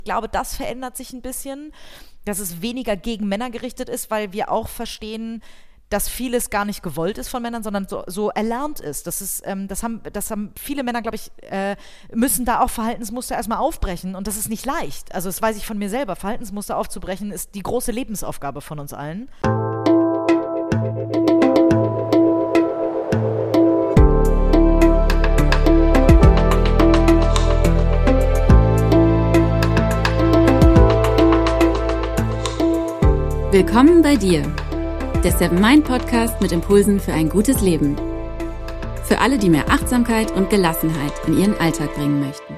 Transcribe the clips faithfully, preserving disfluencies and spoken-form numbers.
Ich glaube, das verändert sich ein bisschen, dass es weniger gegen Männer gerichtet ist, weil wir auch verstehen, dass vieles gar nicht gewollt ist von Männern, sondern so, so erlernt ist. Das ist, ähm, das haben, das haben viele Männer, glaube ich, äh, müssen da auch Verhaltensmuster erstmal aufbrechen und das ist nicht leicht. Also das weiß ich von mir selber. Verhaltensmuster aufzubrechen ist die große Lebensaufgabe von uns allen. Willkommen bei dir, der Seven Mind Podcast mit Impulsen für ein gutes Leben. Für alle, die mehr Achtsamkeit und Gelassenheit in ihren Alltag bringen möchten.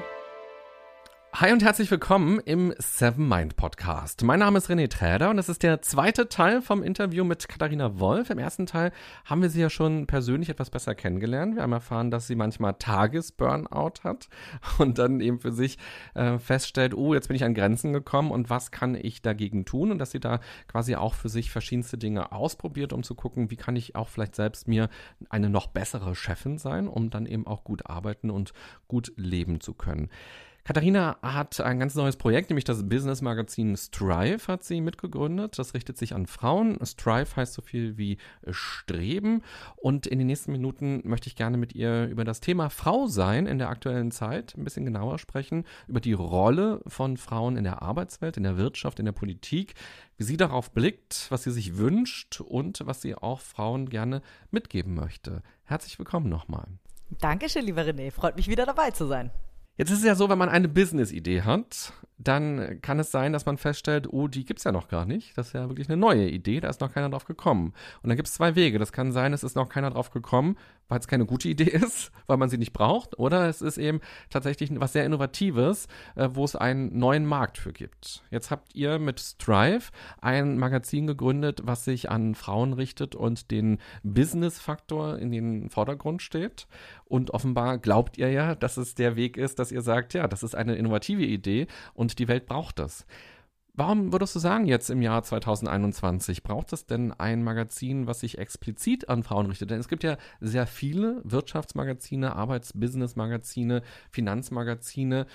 Hi und herzlich willkommen im Seven Mind Podcast. Mein Name ist René Träder und das ist der zweite Teil vom Interview mit Katharina Wolf. Im ersten Teil haben wir sie ja schon persönlich etwas besser kennengelernt. Wir haben erfahren, dass sie manchmal Tages-Burnout hat und dann eben für sich äh, feststellt, oh, jetzt bin ich an Grenzen gekommen und was kann ich dagegen tun? Und dass sie da quasi auch für sich verschiedenste Dinge ausprobiert, um zu gucken, wie kann ich auch vielleicht selbst mir eine noch bessere Chefin sein, um dann eben auch gut arbeiten und gut leben zu können. Katharina hat ein ganz neues Projekt, nämlich das Business-Magazin Strive hat sie mitgegründet. Das richtet sich an Frauen. Strive heißt so viel wie Streben. Und in den nächsten Minuten möchte ich gerne mit ihr über das Thema Frau sein in der aktuellen Zeit ein bisschen genauer sprechen, über die Rolle von Frauen in der Arbeitswelt, in der Wirtschaft, in der Politik, wie sie darauf blickt, was sie sich wünscht und was sie auch Frauen gerne mitgeben möchte. Herzlich willkommen nochmal. Dankeschön, lieber René. Freut mich, wieder dabei zu sein. Jetzt ist es ja so, wenn man eine Business-Idee hat, dann kann es sein, dass man feststellt, oh, die gibt's ja noch gar nicht. Das ist ja wirklich eine neue Idee, da ist noch keiner drauf gekommen. Und dann gibt es zwei Wege. Das kann sein, es ist noch keiner drauf gekommen, weil es keine gute Idee ist, weil man sie nicht braucht. Oder es ist eben tatsächlich was sehr Innovatives, wo es einen neuen Markt für gibt. Jetzt habt ihr mit Strive ein Magazin gegründet, was sich an Frauen richtet und den Business-Faktor in den Vordergrund steht. Und offenbar glaubt ihr ja, dass es der Weg ist, dass ihr sagt, ja, das ist eine innovative Idee und die Welt braucht das. Warum würdest du sagen, jetzt im Jahr zwanzig einundzwanzig, braucht es denn ein Magazin, was sich explizit an Frauen richtet? Denn es gibt ja sehr viele Wirtschaftsmagazine, Arbeits-Business-Magazine, Finanzmagazine.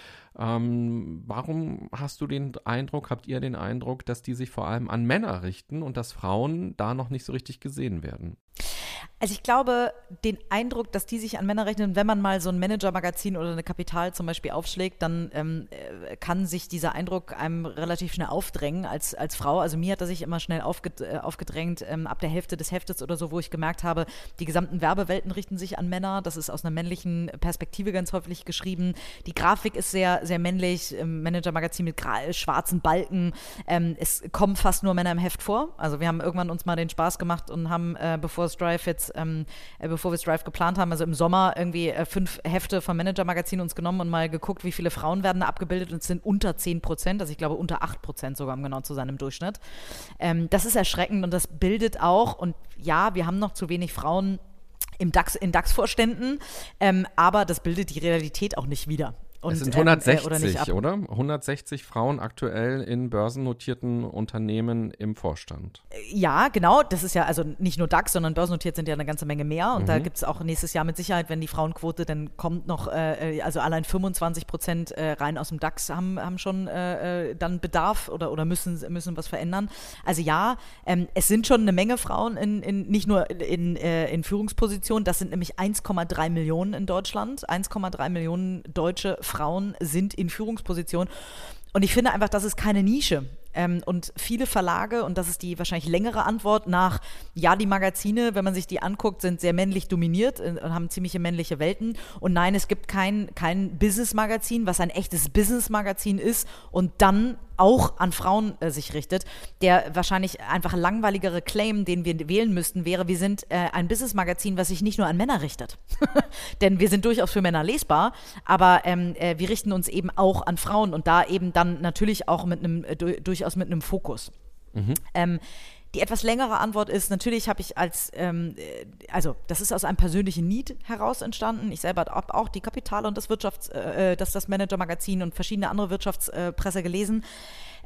Ähm, warum hast du den Eindruck, habt ihr den Eindruck, dass die sich vor allem an Männer richten und dass Frauen da noch nicht so richtig gesehen werden? Also ich glaube, den Eindruck, dass die sich an Männer rechnen, wenn man mal so ein Manager-Magazin oder eine Kapital zum Beispiel aufschlägt, dann ähm, kann sich dieser Eindruck einem relativ schnell aufdrängen als, als Frau. Also mir hat er sich immer schnell aufged- äh, aufgedrängt, ähm, ab der Hälfte des Heftes oder so, wo ich gemerkt habe, die gesamten Werbewelten richten sich an Männer. Das ist aus einer männlichen Perspektive ganz häufig geschrieben. Die Grafik ist sehr, sehr männlich, ähm, Manager-Magazin mit gra- schwarzen Balken. Ähm, es kommen fast nur Männer im Heft vor. Also wir haben irgendwann uns mal den Spaß gemacht und haben, äh, bevor Strive jetzt Ähm, äh, bevor wir Strive geplant haben, also im Sommer irgendwie äh, fünf Hefte vom Manager-Magazin uns genommen und mal geguckt, wie viele Frauen werden da abgebildet und es sind unter zehn Prozent, also ich glaube unter acht Prozent sogar, um genau zu sein, im Durchschnitt. Ähm, das ist erschreckend und das bildet auch, und ja, wir haben noch zu wenig Frauen im DAX, in DAX-Vorständen, ähm, aber das bildet die Realität auch nicht wider. Und, es sind hundertsechzig, ähm, äh, oder, oder? hundertsechzig Frauen aktuell in börsennotierten Unternehmen im Vorstand. Ja, genau. Das ist ja also nicht nur DAX, sondern börsennotiert sind ja eine ganze Menge mehr. Und mhm. da gibt es auch nächstes Jahr mit Sicherheit, wenn die Frauenquote dann kommt, noch, äh, also allein fünfundzwanzig Prozent äh, rein aus dem DAX haben, haben schon äh, dann Bedarf oder, oder müssen, müssen was verändern. Also ja, ähm, es sind schon eine Menge Frauen, in, in, nicht nur in, äh, in Führungspositionen. Das sind nämlich eins Komma drei Millionen in Deutschland. eins Komma drei Millionen deutsche Frauen sind in Führungspositionen. Und ich finde einfach, das ist keine Nische. Ähm, und viele Verlage, und das ist die wahrscheinlich längere Antwort nach, ja, die Magazine, wenn man sich die anguckt, sind sehr männlich dominiert und haben ziemliche männliche Welten. Und nein, es gibt kein, kein Business-Magazin, was ein echtes Business-Magazin ist und dann auch an Frauen äh, sich richtet. Der wahrscheinlich einfach langweiligere Claim, den wir wählen müssten, wäre, wir sind äh, ein Business-Magazin, was sich nicht nur an Männer richtet. Denn wir sind durchaus für Männer lesbar, aber ähm, äh, wir richten uns eben auch an Frauen und da eben dann natürlich auch mit einem, äh, durchaus mit einem Fokus. Mhm. Ähm, Die etwas längere Antwort ist, natürlich habe ich als, ähm, also das ist aus einem persönlichen Need heraus entstanden. Ich selber habe auch die Kapital und das Wirtschafts-, äh, das, das Manager-Magazin und verschiedene andere Wirtschaftspresse gelesen.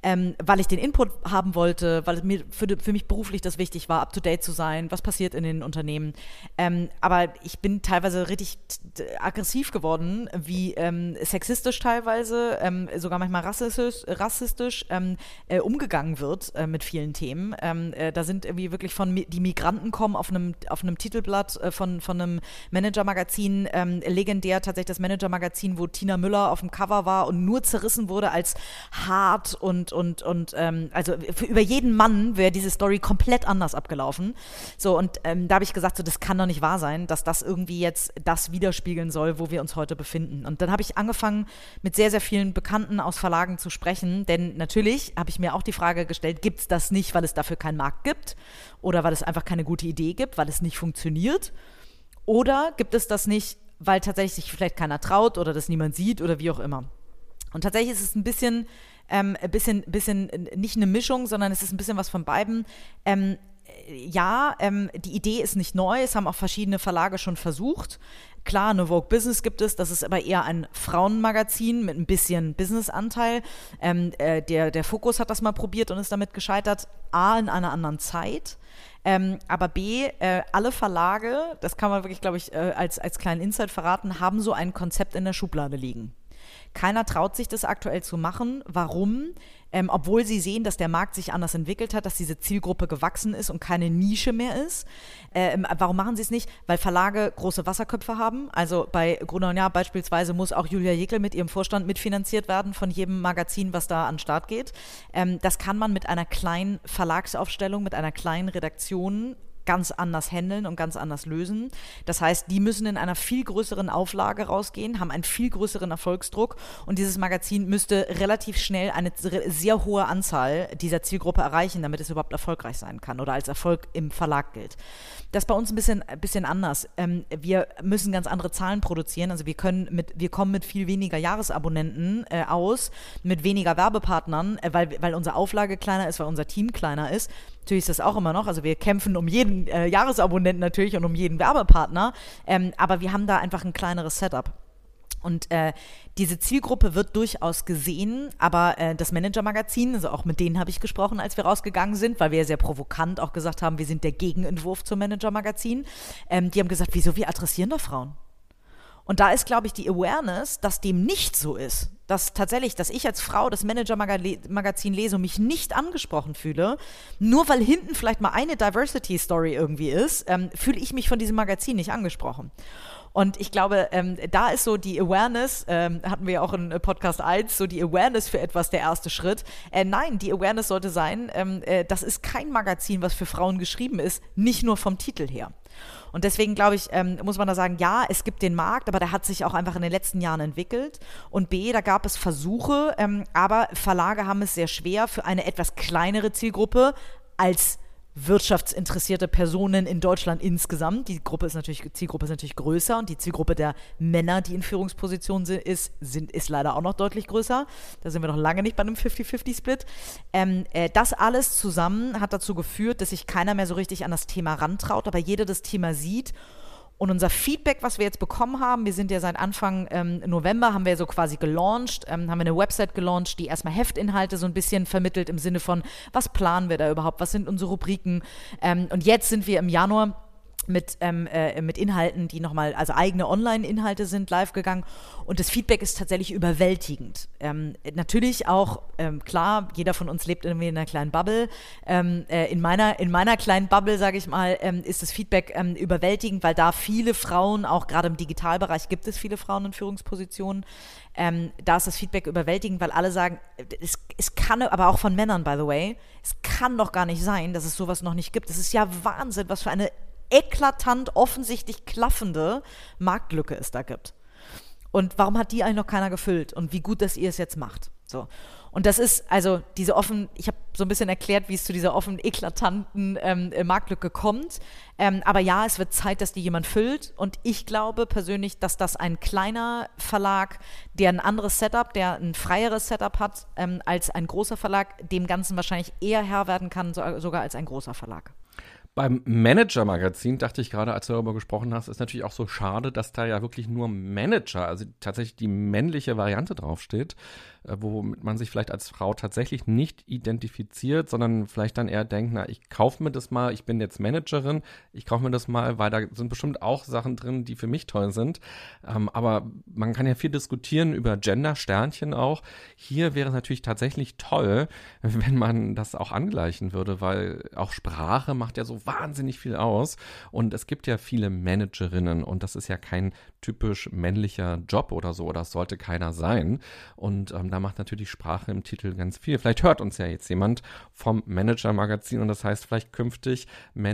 ähm, weil ich den Input haben wollte, weil es mir für, für mich beruflich das wichtig war, up-to-date zu sein, was passiert in den Unternehmen. Ähm, aber ich bin teilweise richtig t- aggressiv geworden, wie ähm, sexistisch teilweise, ähm, sogar manchmal rassistisch, rassistisch ähm, äh, umgegangen wird äh, mit vielen Themen. Ähm, äh, da sind irgendwie wirklich von, die Migranten kommen auf einem, auf einem Titelblatt äh, von, von einem Manager-Magazin, ähm, legendär tatsächlich das Manager-Magazin, wo Tina Müller auf dem Cover war und nur zerrissen wurde als hart und, und, und ähm, also für, über jeden Mann wäre diese Story komplett anders abgelaufen. So, und ähm, da habe ich gesagt, so, das kann doch nicht wahr sein, dass das irgendwie jetzt das widerspiegeln soll, wo wir uns heute befinden. Und dann habe ich angefangen, mit sehr, sehr vielen Bekannten aus Verlagen zu sprechen, denn natürlich habe ich mir auch die Frage gestellt, gibt es das nicht, weil es dafür keinen Markt gibt oder weil es einfach keine gute Idee gibt, weil es nicht funktioniert, oder gibt es das nicht, weil tatsächlich sich vielleicht keiner traut oder das niemand sieht oder wie auch immer. Und tatsächlich ist es ein bisschen, ähm, ein bisschen, bisschen nicht eine Mischung, sondern es ist ein bisschen was von beiden. Ähm, ja, ähm, die Idee ist nicht neu, es haben auch verschiedene Verlage schon versucht. Klar, eine Vogue Business gibt es, das ist aber eher ein Frauenmagazin mit ein bisschen Business-Anteil. Ähm, äh, der, der Fokus hat das mal probiert und ist damit gescheitert. A, in einer anderen Zeit. Ähm, aber B, äh, alle Verlage, das kann man wirklich, glaube ich, äh, als, als kleinen Insight verraten, haben so ein Konzept in der Schublade liegen. Keiner traut sich das aktuell zu machen. Warum? Ähm, obwohl sie sehen, dass der Markt sich anders entwickelt hat, dass diese Zielgruppe gewachsen ist und keine Nische mehr ist. Ähm, warum machen sie es nicht? Weil Verlage große Wasserköpfe haben. Also bei Gruner und Jahr beispielsweise muss auch Julia Jekyll mit ihrem Vorstand mitfinanziert werden von jedem Magazin, was da an den Start geht. Ähm, das kann man mit einer kleinen Verlagsaufstellung, mit einer kleinen Redaktion ganz anders handeln und ganz anders lösen. Das heißt, die müssen in einer viel größeren Auflage rausgehen, haben einen viel größeren Erfolgsdruck und dieses Magazin müsste relativ schnell eine sehr hohe Anzahl dieser Zielgruppe erreichen, damit es überhaupt erfolgreich sein kann oder als Erfolg im Verlag gilt. Das ist bei uns ein bisschen, ein bisschen anders. Ähm, wir müssen ganz andere Zahlen produzieren, also wir können mit, wir kommen mit viel weniger Jahresabonnenten äh, aus, mit weniger Werbepartnern, äh, weil, weil unsere Auflage kleiner ist, weil unser Team kleiner ist. Natürlich ist das auch immer noch, also wir kämpfen um jeden äh, Jahresabonnenten natürlich und um jeden Werbepartner, ähm, aber wir haben da einfach ein kleineres Setup. Und äh, diese Zielgruppe wird durchaus gesehen, aber äh, das Manager-Magazin, also auch mit denen habe ich gesprochen, als wir rausgegangen sind, weil wir ja sehr provokant auch gesagt haben, wir sind der Gegenentwurf zum Manager-Magazin. Ähm, die haben gesagt, wieso, wir adressieren doch Frauen. Und da ist, glaube ich, die Awareness, dass dem nicht so ist. Dass tatsächlich, dass ich als Frau das Manager-Magazin lese und mich nicht angesprochen fühle, nur weil hinten vielleicht mal eine Diversity-Story irgendwie ist, ähm, fühle ich mich von diesem Magazin nicht angesprochen. Und ich glaube, ähm, da ist so die Awareness, ähm, hatten wir ja auch in Podcast eins, so die Awareness für etwas der erste Schritt. Äh, nein, die Awareness sollte sein, ähm, äh, das ist kein Magazin, was für Frauen geschrieben ist, nicht nur vom Titel her. Und deswegen, glaube ich, ähm, muss man da sagen, ja, es gibt den Markt, aber der hat sich auch einfach in den letzten Jahren entwickelt. Und B, da gab es Versuche, ähm, aber Verlage haben es sehr schwer für eine etwas kleinere Zielgruppe als wirtschaftsinteressierte Personen in Deutschland insgesamt. Die Gruppe ist natürlich, Zielgruppe ist natürlich größer und die Zielgruppe der Männer, die in Führungspositionen sind, ist, sind, ist leider auch noch deutlich größer. Da sind wir noch lange nicht bei einem fifty fifty Split. Ähm, äh, das alles zusammen hat dazu geführt, dass sich keiner mehr so richtig an das Thema rantraut, aber jeder das Thema sieht. Und unser Feedback, was wir jetzt bekommen haben, wir sind ja seit Anfang ähm, November, haben wir so quasi gelauncht, ähm, haben wir eine Website gelauncht, die erstmal Heftinhalte so ein bisschen vermittelt im Sinne von, was planen wir da überhaupt, was sind unsere Rubriken. Ähm, und jetzt sind wir im Januar mit, ähm, äh, mit Inhalten, die nochmal, also eigene Online-Inhalte sind live gegangen und das Feedback ist tatsächlich überwältigend. Ähm, natürlich auch, ähm, klar, jeder von uns lebt irgendwie in einer kleinen Bubble. Ähm, äh, in meiner, in meiner kleinen Bubble, sage ich mal, ähm, ist das Feedback ähm, überwältigend, weil da viele Frauen, auch gerade im Digitalbereich gibt es viele Frauen in Führungspositionen, ähm, da ist das Feedback überwältigend, weil alle sagen, es, es kann, aber auch von Männern, by the way, es kann doch gar nicht sein, dass es sowas noch nicht gibt. Es ist ja Wahnsinn, was für eine eklatant offensichtlich klaffende Marktlücke es da gibt. Und warum hat die eigentlich noch keiner gefüllt? Und wie gut, dass ihr es jetzt macht. So. Und das ist, also diese offen, ich habe so ein bisschen erklärt, wie es zu dieser offen eklatanten ähm, Marktlücke kommt. Ähm, aber ja, es wird Zeit, dass die jemand füllt. Und ich glaube persönlich, dass das ein kleiner Verlag, der ein anderes Setup, der ein freieres Setup hat, ähm, als ein großer Verlag, dem Ganzen wahrscheinlich eher Herr werden kann, so, sogar als ein großer Verlag. Beim Manager-Magazin dachte ich gerade, als du darüber gesprochen hast, ist natürlich auch so schade, dass da ja wirklich nur Manager, also tatsächlich die männliche Variante draufsteht, äh, womit man sich vielleicht als Frau tatsächlich nicht identifiziert, sondern vielleicht dann eher denkt, na, ich kaufe mir das mal, ich bin jetzt Managerin, ich kaufe mir das mal, weil da sind bestimmt auch Sachen drin, die für mich toll sind. Ähm, aber man kann ja viel diskutieren über Gender-Sternchen auch. Hier wäre es natürlich tatsächlich toll, wenn man das auch angleichen würde, weil auch Sprache macht ja so wahnsinnig viel aus und es gibt ja viele Managerinnen und das ist ja kein typisch männlicher Job oder so, das sollte keiner sein und ähm, da macht natürlich Sprache im Titel ganz viel. Vielleicht hört uns ja jetzt jemand vom Manager-Magazin und das heißt vielleicht künftig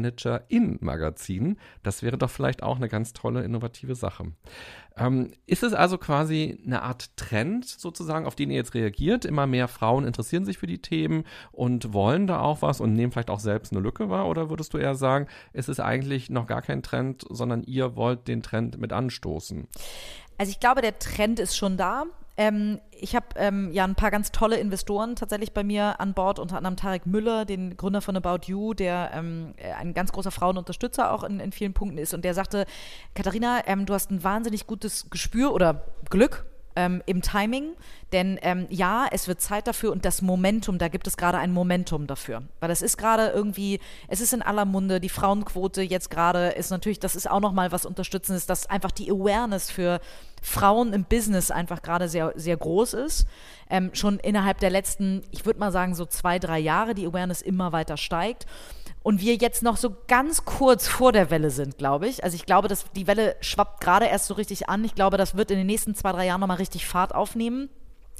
Manager-in-Magazin. Das wäre doch vielleicht auch eine ganz tolle, innovative Sache. Ähm, ist es also quasi eine Art Trend sozusagen, auf den ihr jetzt reagiert? Immer mehr Frauen interessieren sich für die Themen und wollen da auch was und nehmen vielleicht auch selbst eine Lücke wahr? Oder würdest du eher sagen, es ist eigentlich noch gar kein Trend, sondern ihr wollt den Trend mit anstoßen? Also ich glaube, der Trend ist schon da. Ähm, ich habe ähm, ja ein paar ganz tolle Investoren tatsächlich bei mir an Bord, unter anderem Tarek Müller, den Gründer von About You, der ähm, ein ganz großer Frauenunterstützer auch in, in vielen Punkten ist. Und der sagte, Katharina, ähm, du hast ein wahnsinnig gutes Gespür oder Glück ähm, im Timing, denn ähm, ja, es wird Zeit dafür und das Momentum, da gibt es gerade ein Momentum dafür. Weil das ist gerade irgendwie, es ist in aller Munde, die Frauenquote jetzt gerade ist natürlich, das ist auch nochmal was Unterstützendes, dass einfach die Awareness für Frauen im Business einfach gerade sehr, sehr groß ist. Ähm, schon innerhalb der letzten, ich würde mal sagen, so zwei, drei Jahre die Awareness immer weiter steigt. Und wir jetzt noch so ganz kurz vor der Welle sind, glaube ich. Also ich glaube, dass die Welle schwappt gerade erst so richtig an. Ich glaube, das wird in den nächsten zwei, drei Jahren nochmal richtig Fahrt aufnehmen.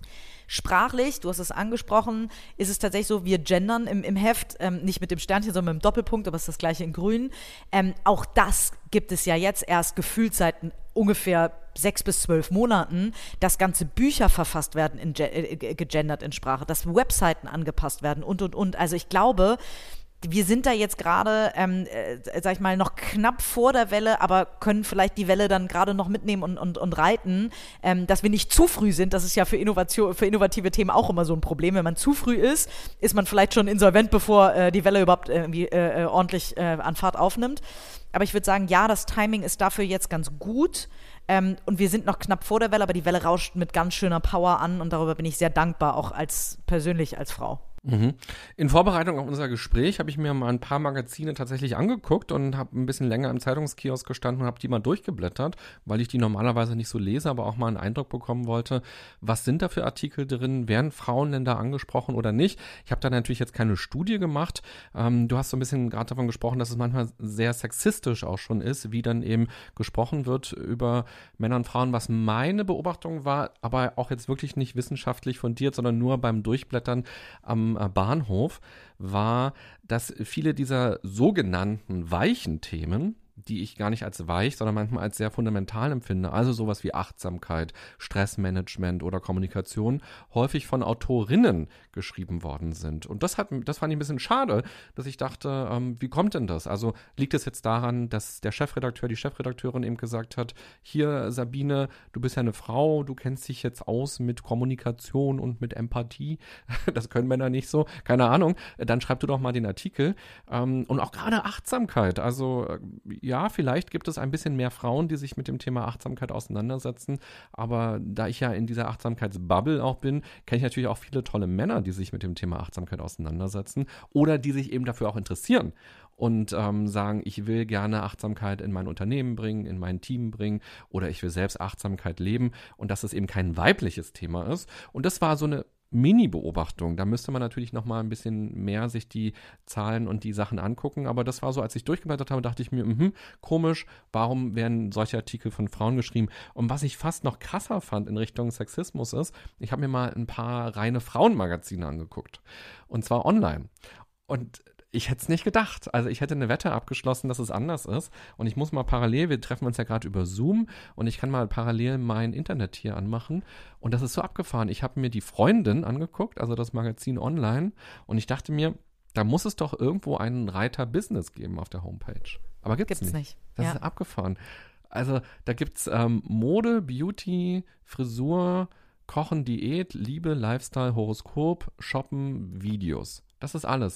Sprachlich, du hast es angesprochen, ist es tatsächlich so, wir gendern im, im Heft, ähm, nicht mit dem Sternchen, sondern mit dem Doppelpunkt, aber es ist das gleiche in grün. Ähm, auch das gibt es ja jetzt erst gefühlt seit ungefähr sechs bis zwölf Monaten, dass ganze Bücher verfasst werden, in, äh, gegendert in Sprache, dass Webseiten angepasst werden und, und, und. Also ich glaube, wir sind da jetzt gerade, ähm, äh, sag ich mal, noch knapp vor der Welle, aber können vielleicht die Welle dann gerade noch mitnehmen und, und, und reiten, ähm, dass wir nicht zu früh sind. Das ist ja für Innovation, für innovative Themen auch immer so ein Problem. Wenn man zu früh ist, ist man vielleicht schon insolvent, bevor äh, die Welle überhaupt irgendwie äh, ordentlich äh, an Fahrt aufnimmt. Aber ich würde sagen, ja, das Timing ist dafür jetzt ganz gut. Ähm, und wir sind noch knapp vor der Welle, aber die Welle rauscht mit ganz schöner Power an und darüber bin ich sehr dankbar, auch als persönlich als Frau. Mhm. In Vorbereitung auf unser Gespräch habe ich mir mal ein paar Magazine tatsächlich angeguckt und habe ein bisschen länger im Zeitungskiosk gestanden und habe die mal durchgeblättert, weil ich die normalerweise nicht so lese, aber auch mal einen Eindruck bekommen wollte, was sind da für Artikel drin, werden Frauen denn da angesprochen oder nicht? Ich habe da natürlich jetzt keine Studie gemacht. Ähm, du hast so ein bisschen gerade davon gesprochen, dass es manchmal sehr sexistisch auch schon ist, wie dann eben gesprochen wird über Männer und Frauen, was meine Beobachtung war, aber auch jetzt wirklich nicht wissenschaftlich fundiert, sondern nur beim Durchblättern am Bahnhof, war, dass viele dieser sogenannten weichen Themen, die ich gar nicht als weich, sondern manchmal als sehr fundamental empfinde, also sowas wie Achtsamkeit, Stressmanagement oder Kommunikation, häufig von Autorinnen geschrieben worden sind. Und das hat, das fand ich ein bisschen schade, dass ich dachte, ähm, wie kommt denn das? Also liegt es jetzt daran, dass der Chefredakteur, die Chefredakteurin eben gesagt hat, hier Sabine, du bist ja eine Frau, du kennst dich jetzt aus mit Kommunikation und mit Empathie, das können Männer nicht so, keine Ahnung, dann schreib du doch mal den Artikel. Ähm, und auch gerade Achtsamkeit, also ja, vielleicht gibt es ein bisschen mehr Frauen, die sich mit dem Thema Achtsamkeit auseinandersetzen, aber da ich ja in dieser Achtsamkeitsbubble auch bin, kenne ich natürlich auch viele tolle Männer, die sich mit dem Thema Achtsamkeit auseinandersetzen oder die sich eben dafür auch interessieren und ähm, sagen, ich will gerne Achtsamkeit in mein Unternehmen bringen, in mein Team bringen oder ich will selbst Achtsamkeit leben und dass es eben kein weibliches Thema ist. Und das war so eine Mini-Beobachtung. Da müsste man natürlich noch mal ein bisschen mehr sich die Zahlen und die Sachen angucken. Aber das war so, als ich durchgeblättert habe, dachte ich mir, mh, komisch, warum werden solche Artikel von Frauen geschrieben? Und was ich fast noch krasser fand in Richtung Sexismus ist, ich habe mir mal ein paar reine Frauenmagazine angeguckt. Und zwar online. Und ich hätte es nicht gedacht. Also ich hätte eine Wette abgeschlossen, dass es anders ist. Und ich muss mal parallel, wir treffen uns ja gerade über Zoom und ich kann mal parallel mein Internet hier anmachen. Und das ist so abgefahren. Ich habe mir die Freundin angeguckt, also das Magazin online. Und ich dachte mir, da muss es doch irgendwo einen Reiter Business geben auf der Homepage. Aber gibt's, gibt's nicht. nicht. Das ja. ist abgefahren. Also da gibt's ähm, Mode, Beauty, Frisur, Kochen, Diät, Liebe, Lifestyle, Horoskop, Shoppen, Videos. Das ist alles.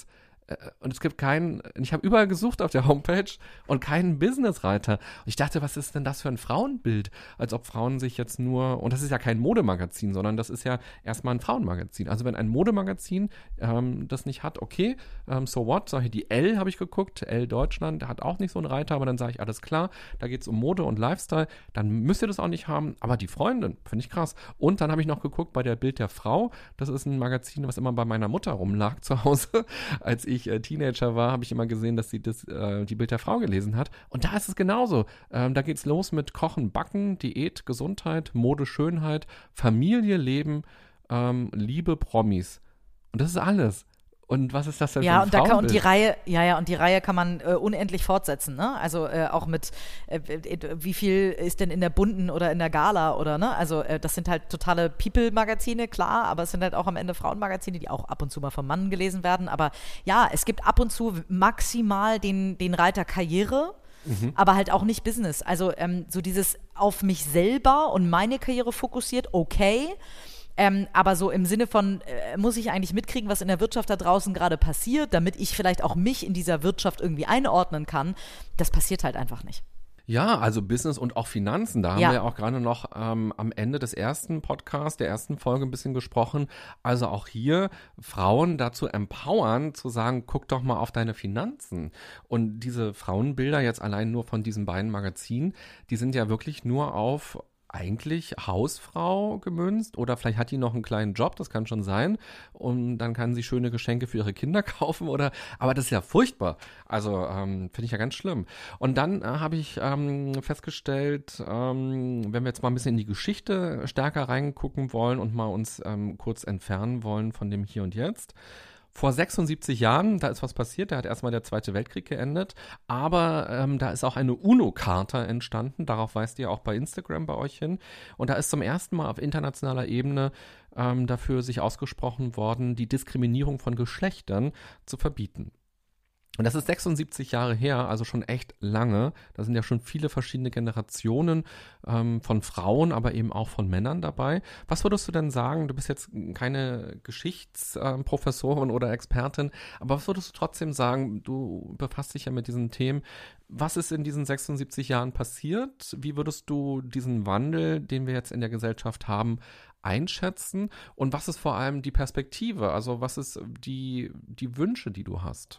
Und es gibt keinen, ich habe überall gesucht auf der Homepage und keinen Businessreiter. Und ich dachte, was ist denn das für ein Frauenbild? Als ob Frauen sich jetzt nur, und das ist ja kein Modemagazin, sondern das ist ja erstmal ein Frauenmagazin. Also wenn ein Modemagazin ähm, das nicht hat, okay, ähm, so what? Sag ich, die Elle habe ich geguckt, Elle Deutschland hat auch nicht so einen Reiter, aber dann sage ich, alles klar, da geht es um Mode und Lifestyle, dann müsst ihr das auch nicht haben. Aber die Freundin, finde ich krass. Und dann habe ich noch geguckt bei der Bild der Frau. Das ist ein Magazin, was immer bei meiner Mutter rumlag zu Hause, als ich ich äh, Teenager war, habe ich immer gesehen, dass sie das, äh, die Bild der Frau gelesen hat. Und da ist es genauso. Ähm, da geht's los mit Kochen, Backen, Diät, Gesundheit, Mode, Schönheit, Familie, Leben, ähm, Liebe, Promis. Und das ist alles. Und was ist das denn ja, für ein und da kann, Frauenbild? und die Reihe, ja, ja, und die Reihe kann man äh, unendlich fortsetzen, ne? Also äh, auch mit, äh, wie viel ist denn in der Bunten oder in der Gala oder, ne? Also äh, das sind halt totale People-Magazine, klar, aber es sind halt auch am Ende Frauenmagazine, die auch ab und zu mal vom Mann gelesen werden. Aber ja, es gibt ab und zu maximal den, den Reiter Karriere, mhm. aber halt auch nicht Business. Also ähm, so dieses auf mich selber und meine Karriere fokussiert, okay. Ähm, aber so im Sinne von, äh, muss ich eigentlich mitkriegen, was in der Wirtschaft da draußen gerade passiert, damit ich vielleicht auch mich in dieser Wirtschaft irgendwie einordnen kann, das passiert halt einfach nicht. Ja, also Business und auch Finanzen. Da haben ja. wir ja auch gerade noch ähm, am Ende des ersten Podcasts, der ersten Folge ein bisschen gesprochen. Also auch hier Frauen dazu empowern, zu sagen, guck doch mal auf deine Finanzen. Und diese Frauenbilder jetzt allein nur von diesen beiden Magazinen, die sind ja wirklich nur auf eigentlich Hausfrau gemünzt oder vielleicht hat die noch einen kleinen Job, das kann schon sein und dann kann sie schöne Geschenke für ihre Kinder kaufen oder, aber das ist ja furchtbar, also ähm, finde ich ja ganz schlimm. Und dann äh, habe ich ähm, festgestellt, ähm, wenn wir jetzt mal ein bisschen in die Geschichte stärker reingucken wollen und mal uns ähm, kurz entfernen wollen von dem Hier und Jetzt. Vor sechsundsiebzig Jahren, da ist was passiert, da hat erstmal der Zweite Weltkrieg geendet, aber ähm, da ist auch eine UNO-Charta entstanden, darauf weist ihr auch bei Instagram bei euch hin und da ist zum ersten Mal auf internationaler Ebene ähm, dafür sich ausgesprochen worden, die Diskriminierung von Geschlechtern zu verbieten. Und das ist sechsundsiebzig Jahre her, also schon echt lange. Da sind ja schon viele verschiedene Generationen ähm, von Frauen, aber eben auch von Männern dabei. Was würdest du denn sagen? Du bist jetzt keine Geschichtsprofessorin äh, oder Expertin, aber was würdest du trotzdem sagen? Du befasst dich ja mit diesen Themen. Was ist in diesen sechsundsiebzig Jahren passiert? Wie würdest du diesen Wandel, den wir jetzt in der Gesellschaft haben, einschätzen? Und was ist vor allem die Perspektive? Also was ist die, die Wünsche, die du hast?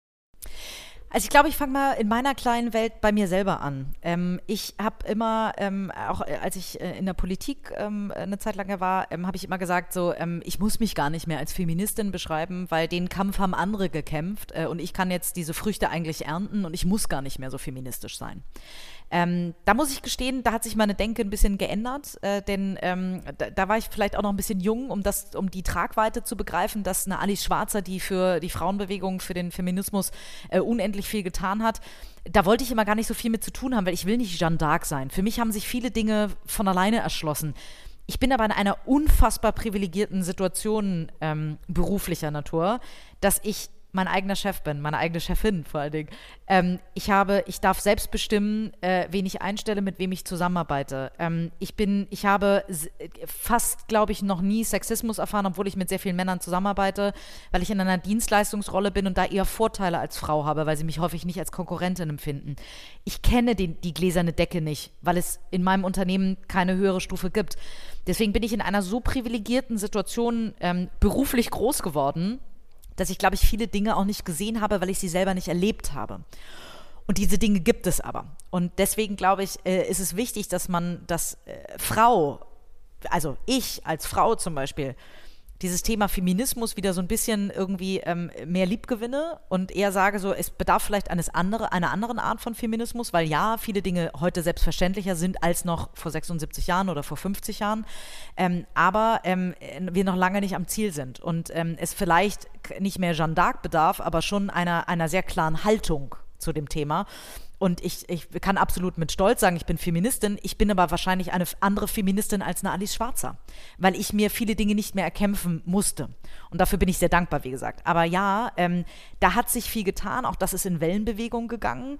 Also ich glaube, ich fange mal in meiner kleinen Welt bei mir selber an. Ähm, ich habe immer, ähm, auch als ich äh, in der Politik ähm, eine Zeit lang war, ähm, habe ich immer gesagt, so, ähm, ich muss mich gar nicht mehr als Feministin beschreiben, weil den Kampf haben andere gekämpft äh, und ich kann jetzt diese Früchte eigentlich ernten und ich muss gar nicht mehr so feministisch sein. Ähm, da muss ich gestehen, da hat sich meine Denke ein bisschen geändert, äh, denn ähm, da, da war ich vielleicht auch noch ein bisschen jung, um das, um die Tragweite zu begreifen, dass eine Alice Schwarzer, die für die Frauenbewegung, für den Feminismus äh, unendlich viel getan hat, da wollte ich immer gar nicht so viel mit zu tun haben, weil ich will nicht Jeanne d'Arc sein. Für mich haben sich viele Dinge von alleine erschlossen. Ich bin aber in einer unfassbar privilegierten Situation ähm, beruflicher Natur, dass ich mein eigener Chef bin, meine eigene Chefin vor allen Dingen. Ähm, ich habe, ich darf selbst bestimmen, äh, wen ich einstelle, mit wem ich zusammenarbeite. Ähm, ich bin, ich habe s- fast, glaube ich, noch nie Sexismus erfahren, obwohl ich mit sehr vielen Männern zusammenarbeite, weil ich in einer Dienstleistungsrolle bin und da eher Vorteile als Frau habe, weil sie mich häufig nicht als Konkurrentin empfinden. Ich kenne den, die gläserne Decke nicht, weil es in meinem Unternehmen keine höhere Stufe gibt. Deswegen bin ich in einer so privilegierten Situation ähm, beruflich groß geworden, dass ich, glaube ich, viele Dinge auch nicht gesehen habe, weil ich sie selber nicht erlebt habe. Und diese Dinge gibt es aber. Und deswegen, glaube ich, äh, ist es wichtig, dass man, dass äh, Frau, also ich als Frau zum Beispiel, dieses Thema Feminismus wieder so ein bisschen irgendwie ähm, mehr liebgewinne und eher sage so, es bedarf vielleicht eines andere, einer anderen Art von Feminismus, weil ja, viele Dinge heute selbstverständlicher sind als noch vor sechsundsiebzig Jahren oder vor fünfzig Jahren, ähm, aber ähm, wir noch lange nicht am Ziel sind und ähm, es vielleicht nicht mehr Jeanne d'Arc bedarf, aber schon einer, einer sehr klaren Haltung zu dem Thema. Und ich, ich kann absolut mit Stolz sagen, ich bin Feministin. Ich bin aber wahrscheinlich eine andere Feministin als eine Alice Schwarzer, weil ich mir viele Dinge nicht mehr erkämpfen musste. Und dafür bin ich sehr dankbar, wie gesagt. Aber ja, ähm, da hat sich viel getan. Auch das ist in Wellenbewegung gegangen.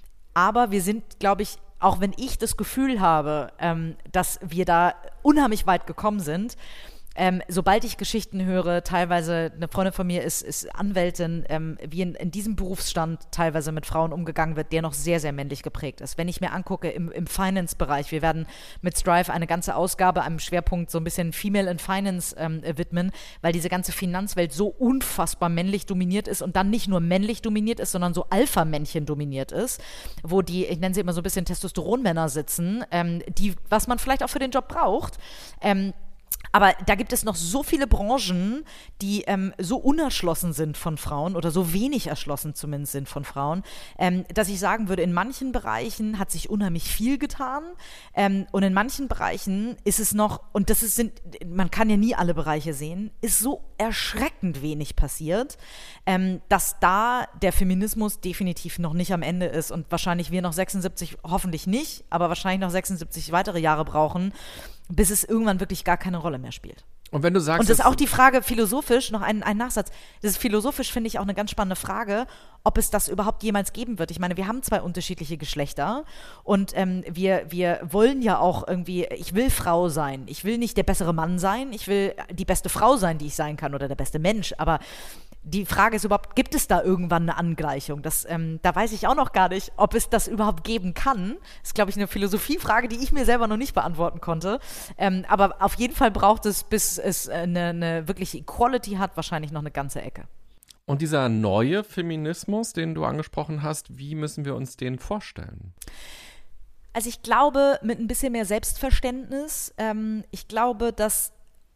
Aber wir sind, glaube ich, auch wenn ich das Gefühl habe, ähm, dass wir da unheimlich weit gekommen sind, ähm, sobald ich Geschichten höre, teilweise, eine Freundin von mir ist, ist Anwältin, ähm, wie in, in diesem Berufsstand teilweise mit Frauen umgegangen wird, der noch sehr, sehr männlich geprägt ist. Wenn ich mir angucke, im, im Finance-Bereich, wir werden mit Strive eine ganze Ausgabe einem Schwerpunkt so ein bisschen Female in Finance ähm, widmen, weil diese ganze Finanzwelt so unfassbar männlich dominiert ist und dann nicht nur männlich dominiert ist, sondern so Alpha-Männchen dominiert ist, wo die, ich nenne sie immer so ein bisschen Testosteronmänner sitzen, ähm, die, was man vielleicht auch für den Job braucht, ähm, aber da gibt es noch so viele Branchen, die ähm, so unerschlossen sind von Frauen oder so wenig erschlossen zumindest sind von Frauen, ähm, dass ich sagen würde, in manchen Bereichen hat sich unheimlich viel getan ähm, und in manchen Bereichen ist es noch, und das ist, sind, man kann ja nie alle Bereiche sehen, ist so erschreckend wenig passiert, ähm, dass da der Feminismus definitiv noch nicht am Ende ist und wahrscheinlich wir noch sechsundsiebzig, hoffentlich nicht, aber wahrscheinlich noch sechsundsiebzig weitere Jahre brauchen, bis es irgendwann wirklich gar keine Rolle mehr spielt. Und wenn du sagst, und das ist auch die Frage philosophisch, noch ein, ein Nachsatz, das ist philosophisch, finde ich, auch eine ganz spannende Frage, ob es das überhaupt jemals geben wird. Ich meine, wir haben zwei unterschiedliche Geschlechter und ähm, wir, wir wollen ja auch irgendwie, ich will Frau sein, ich will nicht der bessere Mann sein, ich will die beste Frau sein, die ich sein kann oder der beste Mensch, aber die Frage ist überhaupt, gibt es da irgendwann eine Angleichung? Das, ähm, da weiß ich auch noch gar nicht, ob es das überhaupt geben kann. Das ist, glaube ich, eine Philosophiefrage, die ich mir selber noch nicht beantworten konnte. Ähm, aber auf jeden Fall braucht es, bis es eine, eine wirkliche Equality hat, wahrscheinlich noch eine ganze Ecke. Und dieser neue Feminismus, den du angesprochen hast, wie müssen wir uns den vorstellen? Also ich glaube, mit ein bisschen mehr Selbstverständnis, ähm, ich glaube, dass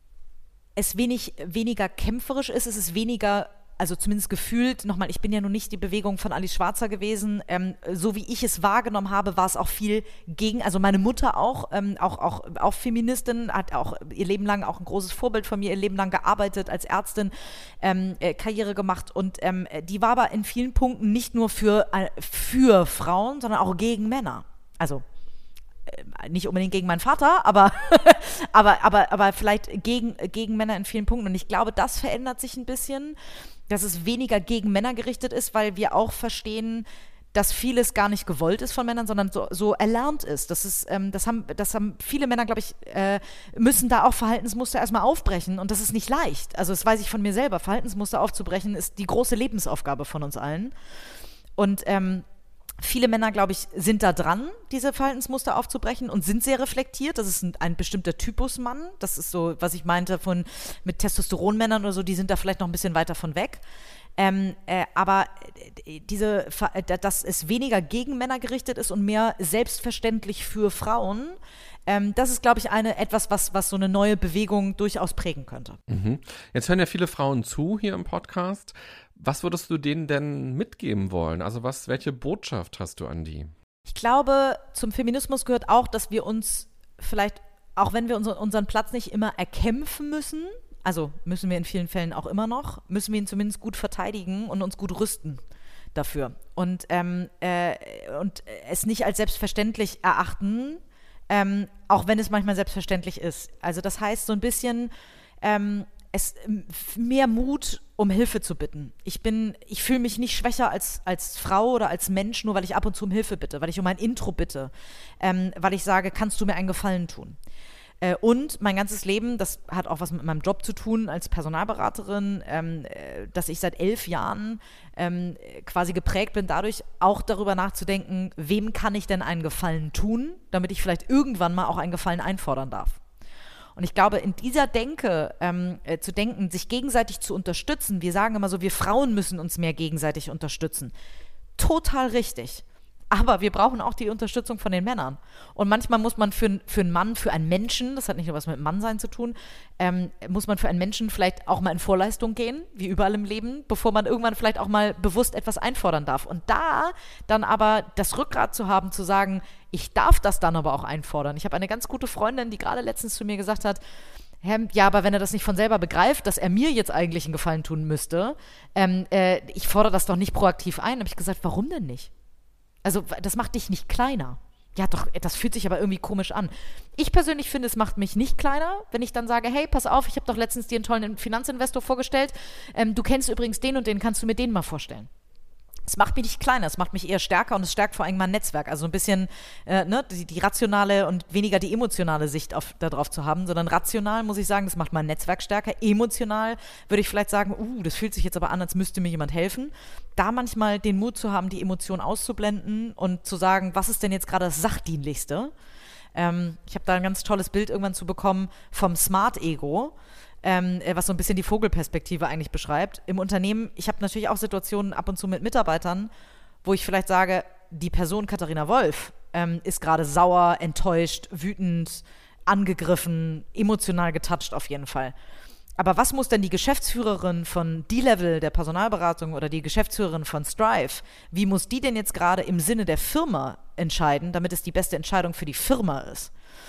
es wenig, weniger kämpferisch ist, es ist weniger, also zumindest gefühlt, nochmal, ich bin ja nun nicht die Bewegung von Alice Schwarzer gewesen, ähm, so wie ich es wahrgenommen habe, war es auch viel gegen, also meine Mutter auch, ähm, auch, auch, auch Feministin, hat auch ihr Leben lang auch ein großes Vorbild von mir, ihr Leben lang gearbeitet als Ärztin, ähm, äh, Karriere gemacht und ähm, die war aber in vielen Punkten nicht nur für, äh, für Frauen, sondern auch gegen Männer, also nicht unbedingt gegen meinen Vater, aber, aber, aber, aber vielleicht gegen, gegen Männer in vielen Punkten. Und ich glaube, das verändert sich ein bisschen, dass es weniger gegen Männer gerichtet ist, weil wir auch verstehen, dass vieles gar nicht gewollt ist von Männern, sondern so, so erlernt ist. Das ist, ähm, das haben, das haben viele Männer, glaube ich, äh, müssen da auch Verhaltensmuster erstmal aufbrechen. Und das ist nicht leicht. Also das weiß ich von mir selber. Verhaltensmuster aufzubrechen ist die große Lebensaufgabe von uns allen. Und ähm, viele Männer, glaube ich, sind da dran, diese Verhaltensmuster aufzubrechen und sind sehr reflektiert. Das ist ein, ein bestimmter Typus Mann. Das ist so, was ich meinte von mit Testosteronmännern oder so, die sind da vielleicht noch ein bisschen weiter von weg. Ähm, äh, aber diese, dass es weniger gegen Männer gerichtet ist und mehr selbstverständlich für Frauen, ähm, das ist, glaube ich, eine, etwas, was, was so eine neue Bewegung durchaus prägen könnte. Mhm. Jetzt hören ja viele Frauen zu hier im Podcast. Was würdest du denen denn mitgeben wollen? Also was, welche Botschaft hast du an die? Ich glaube, zum Feminismus gehört auch, dass wir uns vielleicht, auch wenn wir unseren, unseren Platz nicht immer erkämpfen müssen, also müssen wir in vielen Fällen auch immer noch, müssen wir ihn zumindest gut verteidigen und uns gut rüsten dafür. Und, ähm, äh, und es nicht als selbstverständlich erachten, ähm, auch wenn es manchmal selbstverständlich ist. Also das heißt so ein bisschen, ähm, es mehr Mut, um Hilfe zu bitten. Ich bin, ich fühle mich nicht schwächer als, als Frau oder als Mensch, nur weil ich ab und zu um Hilfe bitte, weil ich um ein Intro bitte, ähm, weil ich sage, kannst du mir einen Gefallen tun? Äh, und mein ganzes Leben, das hat auch was mit meinem Job zu tun als Personalberaterin, ähm, äh, dass ich seit elf Jahren ähm, quasi geprägt bin, dadurch auch darüber nachzudenken, wem kann ich denn einen Gefallen tun, damit ich vielleicht irgendwann mal auch einen Gefallen einfordern darf. Und ich glaube, in dieser Denke ähm, äh, zu denken, sich gegenseitig zu unterstützen, wir sagen immer so, wir Frauen müssen uns mehr gegenseitig unterstützen. Total richtig. Aber wir brauchen auch die Unterstützung von den Männern. Und manchmal muss man für, für einen Mann, für einen Menschen, das hat nicht nur was mit Mannsein zu tun, ähm, muss man für einen Menschen vielleicht auch mal in Vorleistung gehen, wie überall im Leben, bevor man irgendwann vielleicht auch mal bewusst etwas einfordern darf. Und da dann aber das Rückgrat zu haben, zu sagen, ich darf das dann aber auch einfordern. Ich habe eine ganz gute Freundin, die gerade letztens zu mir gesagt hat, ja, aber wenn er das nicht von selber begreift, dass er mir jetzt eigentlich einen Gefallen tun müsste, ähm, äh, ich fordere das doch nicht proaktiv ein. Habe ich gesagt, warum denn nicht? Also das macht dich nicht kleiner. Ja doch, das fühlt sich aber irgendwie komisch an. Ich persönlich finde, es macht mich nicht kleiner, wenn ich dann sage, hey, pass auf, ich habe doch letztens dir einen tollen Finanzinvestor vorgestellt. Ähm, du kennst übrigens den und den, kannst du mir den mal vorstellen? Es macht mich nicht kleiner, es macht mich eher stärker und es stärkt vor allem mein Netzwerk. Also ein bisschen äh, ne, die, die rationale und weniger die emotionale Sicht auf, darauf zu haben, sondern rational muss ich sagen, das macht mein Netzwerk stärker. Emotional würde ich vielleicht sagen, uh, das fühlt sich jetzt aber an, als müsste mir jemand helfen. Da manchmal den Mut zu haben, die Emotion auszublenden und zu sagen, was ist denn jetzt gerade das Sachdienlichste? Ähm, ich habe da ein ganz tolles Bild irgendwann zu bekommen vom Smart Ego. Ähm, was so ein bisschen die Vogelperspektive eigentlich beschreibt. Im Unternehmen, ich habe natürlich auch Situationen ab und zu mit Mitarbeitern, wo ich vielleicht sage, die Person Katharina Wolf ähm, ist gerade sauer, enttäuscht, wütend, angegriffen, emotional getoucht auf jeden Fall. Aber was muss denn die Geschäftsführerin von D-Level der Personalberatung oder die Geschäftsführerin von Strive, wie muss die denn jetzt gerade im Sinne der Firma entscheiden, damit es die beste Entscheidung für die Firma ist?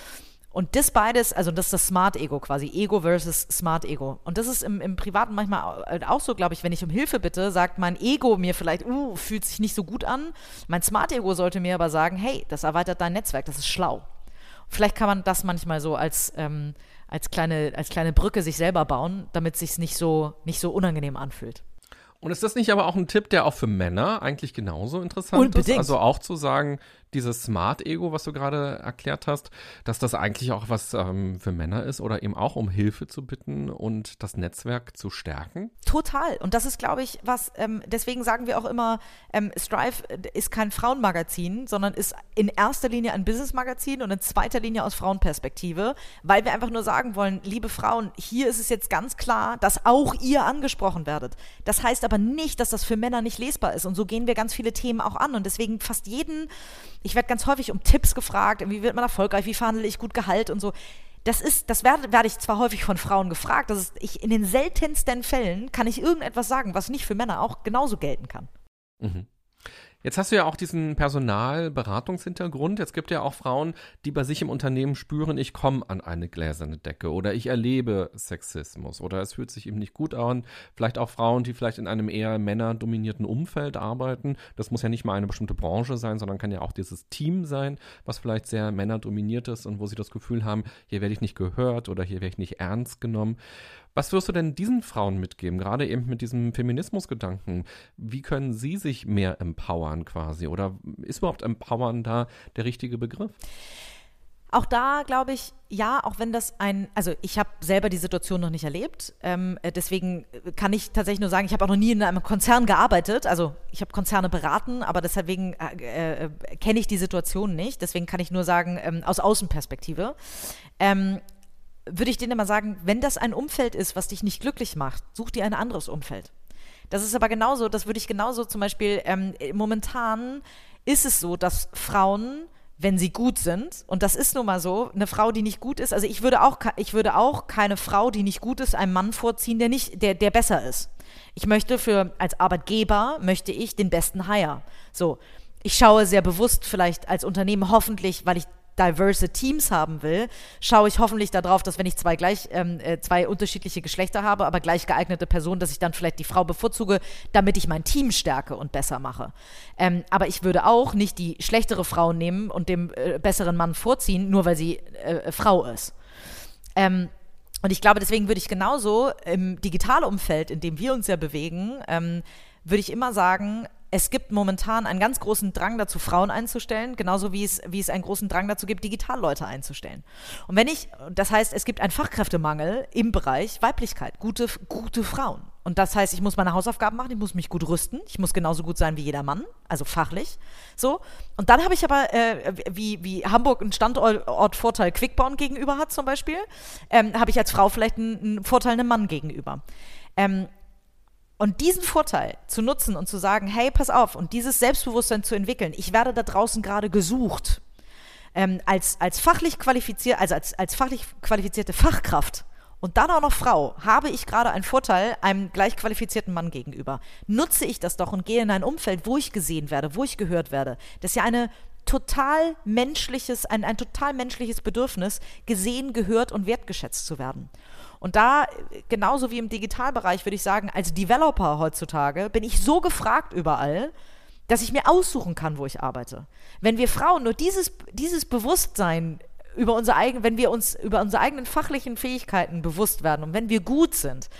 Und das beides, also das ist das Smart Ego quasi, Ego versus Smart Ego. Und das ist im, im Privaten manchmal auch so, glaube ich, wenn ich um Hilfe bitte, sagt mein Ego mir vielleicht, uh, fühlt sich nicht so gut an. Mein Smart Ego sollte mir aber sagen, hey, das erweitert dein Netzwerk, das ist schlau. Vielleicht kann man das manchmal so als, ähm, als, kleine, als kleine Brücke sich selber bauen, damit es sich nicht so, nicht so unangenehm anfühlt. Und ist das nicht aber auch ein Tipp, der auch für Männer eigentlich genauso interessant Unbedingt. ist? Also auch zu sagen, dieses Smart-Ego, was du gerade erklärt hast, dass das eigentlich auch was ähm, für Männer ist oder eben auch um Hilfe zu bitten und das Netzwerk zu stärken? Total. Und das ist, glaube ich, was, ähm, deswegen sagen wir auch immer, ähm, Strive ist kein Frauenmagazin, sondern ist in erster Linie ein Businessmagazin und in zweiter Linie aus Frauenperspektive, weil wir einfach nur sagen wollen, liebe Frauen, hier ist es jetzt ganz klar, dass auch ihr angesprochen werdet. Das heißt aber nicht, dass das für Männer nicht lesbar ist. Und so gehen wir ganz viele Themen auch an. Und deswegen fast jeden, ich werde ganz häufig um Tipps gefragt, wie wird man erfolgreich, wie verhandle ich gut Gehalt und so. Das ist, das werde, werde ich zwar häufig von Frauen gefragt, das ist, ich, in den seltensten Fällen kann ich irgendetwas sagen, was nicht für Männer auch genauso gelten kann. Mhm. Jetzt hast du ja auch diesen Personalberatungshintergrund. Jetzt gibt ja auch Frauen, die bei sich im Unternehmen spüren, ich komme an eine gläserne Decke oder ich erlebe Sexismus oder es fühlt sich eben nicht gut an. Vielleicht auch Frauen, die vielleicht in einem eher männerdominierten Umfeld arbeiten. Das muss ja nicht mal eine bestimmte Branche sein, sondern kann ja auch dieses Team sein, was vielleicht sehr männerdominiert ist und wo sie das Gefühl haben, hier werde ich nicht gehört oder hier werde ich nicht ernst genommen. Was wirst du denn diesen Frauen mitgeben, gerade eben mit diesem Feminismusgedanken? Wie können sie sich mehr empowern quasi? Oder ist überhaupt empowern da der richtige Begriff? Auch da glaube ich, ja, auch wenn das ein, also ich habe selber die Situation noch nicht erlebt, ähm, deswegen kann ich tatsächlich nur sagen, ich habe auch noch nie in einem Konzern gearbeitet, also ich habe Konzerne beraten, aber deswegen äh, äh, kenne ich die Situation nicht, deswegen kann ich nur sagen, ähm, aus Außenperspektive, ähm, würde ich denen immer sagen, wenn das ein Umfeld ist, was dich nicht glücklich macht, such dir ein anderes Umfeld. Das ist aber genauso, das würde ich genauso zum Beispiel, ähm, momentan ist es so, dass Frauen, wenn sie gut sind, und das ist nun mal so, eine Frau, die nicht gut ist, also ich würde auch, ich würde auch keine Frau, die nicht gut ist, einem Mann vorziehen, der nicht, der, der besser ist. Ich möchte für, als Arbeitgeber, möchte ich den besten Hire. So, ich schaue sehr bewusst vielleicht als Unternehmen hoffentlich, weil ich diverse Teams haben will, schaue ich hoffentlich darauf, dass wenn ich zwei gleich ähm, zwei unterschiedliche Geschlechter habe, aber gleich geeignete Personen, dass ich dann vielleicht die Frau bevorzuge, damit ich mein Team stärke und besser mache. Ähm, aber ich würde auch nicht die schlechtere Frau nehmen und dem äh, besseren Mann vorziehen, nur weil sie äh, Frau ist. Ähm, und ich glaube, deswegen würde ich genauso im Digitalumfeld, in dem wir uns ja bewegen, ähm, würde ich immer sagen, es gibt momentan einen ganz großen Drang dazu, Frauen einzustellen, genauso wie es, wie es einen großen Drang dazu gibt, Digitalleute einzustellen. Und wenn ich, das heißt, es gibt einen Fachkräftemangel im Bereich Weiblichkeit, gute, gute Frauen. Und das heißt, ich muss meine Hausaufgaben machen, ich muss mich gut rüsten, ich muss genauso gut sein wie jeder Mann, also fachlich. So. Und dann habe ich aber, äh, wie, wie Hamburg einen Standortvorteil Quickborn gegenüber hat zum Beispiel, ähm, habe ich als Frau vielleicht einen, einen Vorteil einem Mann gegenüber. Ähm, Und diesen Vorteil zu nutzen und zu sagen, hey, pass auf, und dieses Selbstbewusstsein zu entwickeln, ich werde da draußen gerade gesucht, ähm, als, als fachlich qualifiziert, also als, als fachlich qualifizierte Fachkraft und dann auch noch Frau, habe ich gerade einen Vorteil einem gleich qualifizierten Mann gegenüber. Nutze ich das doch und gehe in ein Umfeld, wo ich gesehen werde, wo ich gehört werde. Das ist ja eine total menschliches, ein, ein total menschliches Bedürfnis, gesehen, gehört und wertgeschätzt zu werden. Und da, genauso wie im Digitalbereich, würde ich sagen, als Developer heutzutage bin ich so gefragt überall, dass ich mir aussuchen kann, wo ich arbeite. Wenn wir Frauen nur dieses, dieses Bewusstsein über unser eigen, wenn wir uns über unsere eigenen fachlichen Fähigkeiten bewusst werden und wenn wir gut sind,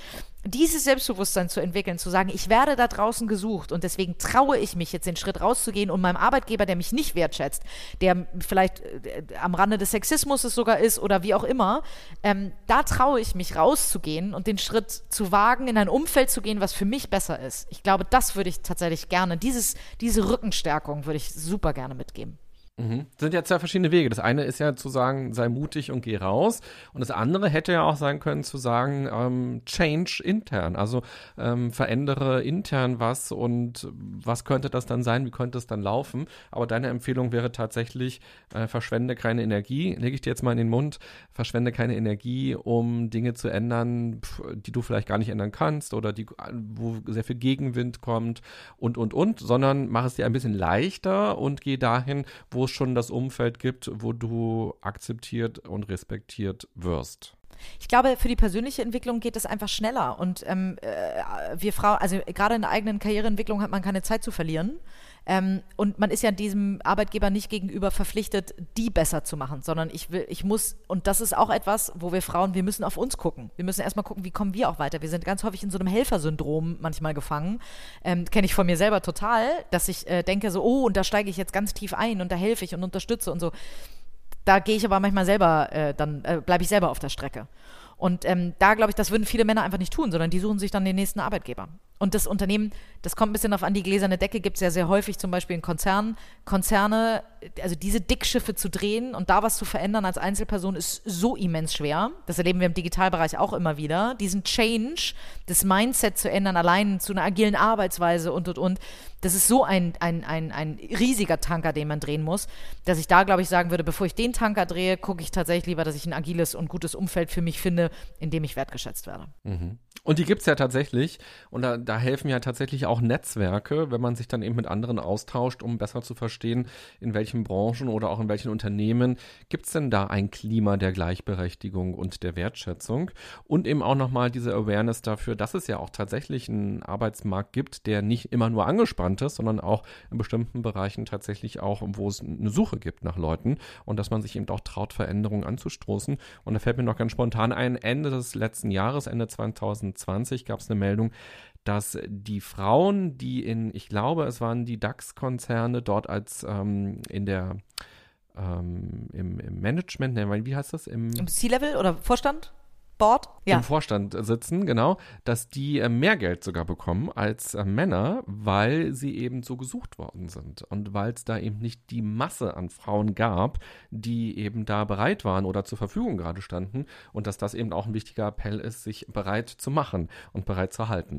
dieses Selbstbewusstsein zu entwickeln, zu sagen, ich werde da draußen gesucht und deswegen traue ich mich jetzt den Schritt rauszugehen und meinem Arbeitgeber, der mich nicht wertschätzt, der vielleicht äh, am Rande des Sexismus es sogar ist oder wie auch immer, ähm, da traue ich mich rauszugehen und den Schritt zu wagen, in ein Umfeld zu gehen, was für mich besser ist. Ich glaube, das würde ich tatsächlich gerne, dieses, diese Rückenstärkung würde ich super gerne mitgeben. Mhm. Das sind ja zwei verschiedene Wege. Das eine ist ja zu sagen, sei mutig und geh raus. Und das andere hätte ja auch sein können, zu sagen, ähm, change intern. Also ähm, verändere intern was und was könnte das dann sein, wie könnte es dann laufen. Aber deine Empfehlung wäre tatsächlich, äh, verschwende keine Energie, lege ich dir jetzt mal in den Mund, verschwende keine Energie, um Dinge zu ändern, die du vielleicht gar nicht ändern kannst oder die, wo sehr viel Gegenwind kommt und, und, und, sondern mach es dir ein bisschen leichter und geh dahin, wo es schon das Umfeld gibt, wo du akzeptiert und respektiert wirst. Ich glaube, für die persönliche Entwicklung geht es einfach schneller und ähm, äh, wir Frauen, also gerade in der eigenen Karriereentwicklung hat man keine Zeit zu verlieren. Ähm, und man ist ja diesem Arbeitgeber nicht gegenüber verpflichtet, die besser zu machen, sondern ich will, ich muss, und das ist auch etwas, wo wir Frauen, wir müssen auf uns gucken. Wir müssen erstmal gucken, wie kommen wir auch weiter. Wir sind ganz häufig in so einem Helfersyndrom manchmal gefangen. Ähm, kenne ich von mir selber total, dass ich äh, denke so, oh, und da steige ich jetzt ganz tief ein und da helfe ich und unterstütze und so. Da gehe ich aber manchmal selber, äh, dann äh, bleibe ich selber auf der Strecke. Und ähm, da glaube ich, das würden viele Männer einfach nicht tun, sondern die suchen sich dann den nächsten Arbeitgeber. Und das Unternehmen, das kommt ein bisschen auf an, die gläserne Decke gibt es ja sehr häufig, zum Beispiel in Konzernen. Konzerne, also diese Dickschiffe zu drehen und da was zu verändern als Einzelperson ist so immens schwer. Das erleben wir im Digitalbereich auch immer wieder. Diesen Change, das Mindset zu ändern, allein zu einer agilen Arbeitsweise und, und, und. Das ist so ein, ein, ein, ein riesiger Tanker, den man drehen muss, dass ich da, glaube ich, sagen würde, bevor ich den Tanker drehe, gucke ich tatsächlich lieber, dass ich ein agiles und gutes Umfeld für mich finde, in dem ich wertgeschätzt werde. Mhm. Und die gibt es ja tatsächlich und da, da helfen ja tatsächlich auch Netzwerke, wenn man sich dann eben mit anderen austauscht, um besser zu verstehen, in welchen Branchen oder auch in welchen Unternehmen gibt es denn da ein Klima der Gleichberechtigung und der Wertschätzung und eben auch nochmal diese Awareness dafür, dass es ja auch tatsächlich einen Arbeitsmarkt gibt, der nicht immer nur angespannt ist, sondern auch in bestimmten Bereichen tatsächlich auch, wo es eine Suche gibt nach Leuten und dass man sich eben auch traut, Veränderungen anzustoßen. Und da fällt mir noch ganz spontan ein, Ende des letzten Jahres, Ende zwanzig zwanzig, gab es eine Meldung, dass die Frauen, die in, ich glaube, es waren die DAX-Konzerne dort als ähm, in der ähm, im, im Management, ne, wie heißt das? Im, Im C-Level oder Vorstand? Board? Ja. Im Vorstand sitzen, genau, dass die äh, mehr Geld sogar bekommen als äh, Männer, weil sie eben so gesucht worden sind und weil es da eben nicht die Masse an Frauen gab, die eben da bereit waren oder zur Verfügung gerade standen und dass das eben auch ein wichtiger Appell ist, sich bereit zu machen und bereit zu halten.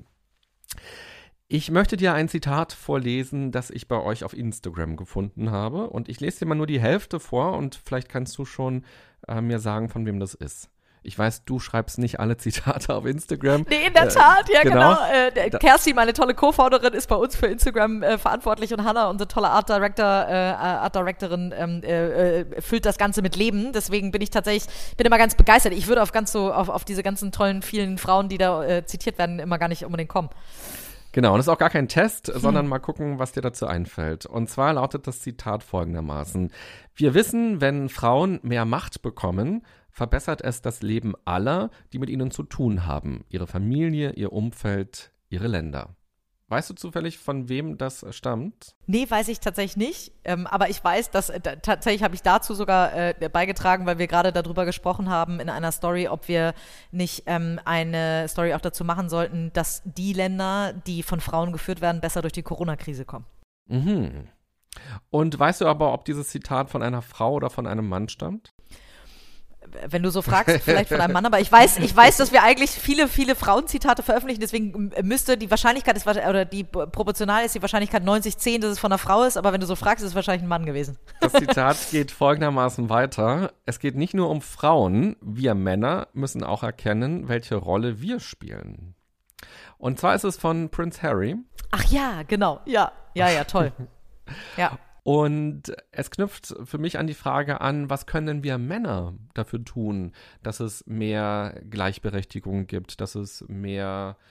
Ich möchte dir ein Zitat vorlesen, das ich bei euch auf Instagram gefunden habe und ich lese dir mal nur die Hälfte vor und vielleicht kannst du schon äh, mir sagen, von wem das ist. Ich weiß, du schreibst nicht alle Zitate auf Instagram. Nee, in der Tat, äh, ja genau. genau. Äh, da, Kerstin, meine tolle Co-Founderin, ist bei uns für Instagram äh, verantwortlich und Hannah, unsere tolle Art Director, äh, Art Directorin, ähm, äh, füllt das Ganze mit Leben. Deswegen bin ich tatsächlich, bin immer ganz begeistert. Ich würde auf ganz so, auf, auf diese ganzen tollen, vielen Frauen, die da äh, zitiert werden, immer gar nicht unbedingt kommen. Genau, und das ist auch gar kein Test, hm. sondern mal gucken, was dir dazu einfällt. Und zwar lautet das Zitat folgendermaßen: Wir wissen, wenn Frauen mehr Macht bekommen, verbessert es das Leben aller, die mit ihnen zu tun haben. Ihre Familie, ihr Umfeld, ihre Länder. Weißt du zufällig, von wem das stammt? Nee, weiß ich tatsächlich nicht. Ähm, aber ich weiß, dass äh, tatsächlich habe ich dazu sogar äh, beigetragen, weil wir gerade darüber gesprochen haben in einer Story, ob wir nicht ähm, eine Story auch dazu machen sollten, dass die Länder, die von Frauen geführt werden, besser durch die Corona-Krise kommen. Mhm. Und weißt du aber, ob dieses Zitat von einer Frau oder von einem Mann stammt? Wenn du so fragst, vielleicht von einem Mann, aber ich weiß, ich weiß, dass wir eigentlich viele, viele Frauenzitate veröffentlichen, deswegen müsste die Wahrscheinlichkeit, ist, oder die proportional ist die Wahrscheinlichkeit neunzig zehn, dass es von einer Frau ist, aber wenn du so fragst, ist es wahrscheinlich ein Mann gewesen. Das Zitat geht folgendermaßen weiter: Es geht nicht nur um Frauen, wir Männer müssen auch erkennen, welche Rolle wir spielen. Und zwar ist es von Prince Harry. Ach ja, genau, ja, ja, ja, toll. Ja. Und es knüpft für mich an die Frage an, was können wir Männer dafür tun, dass es mehr Gleichberechtigung gibt, dass es mehr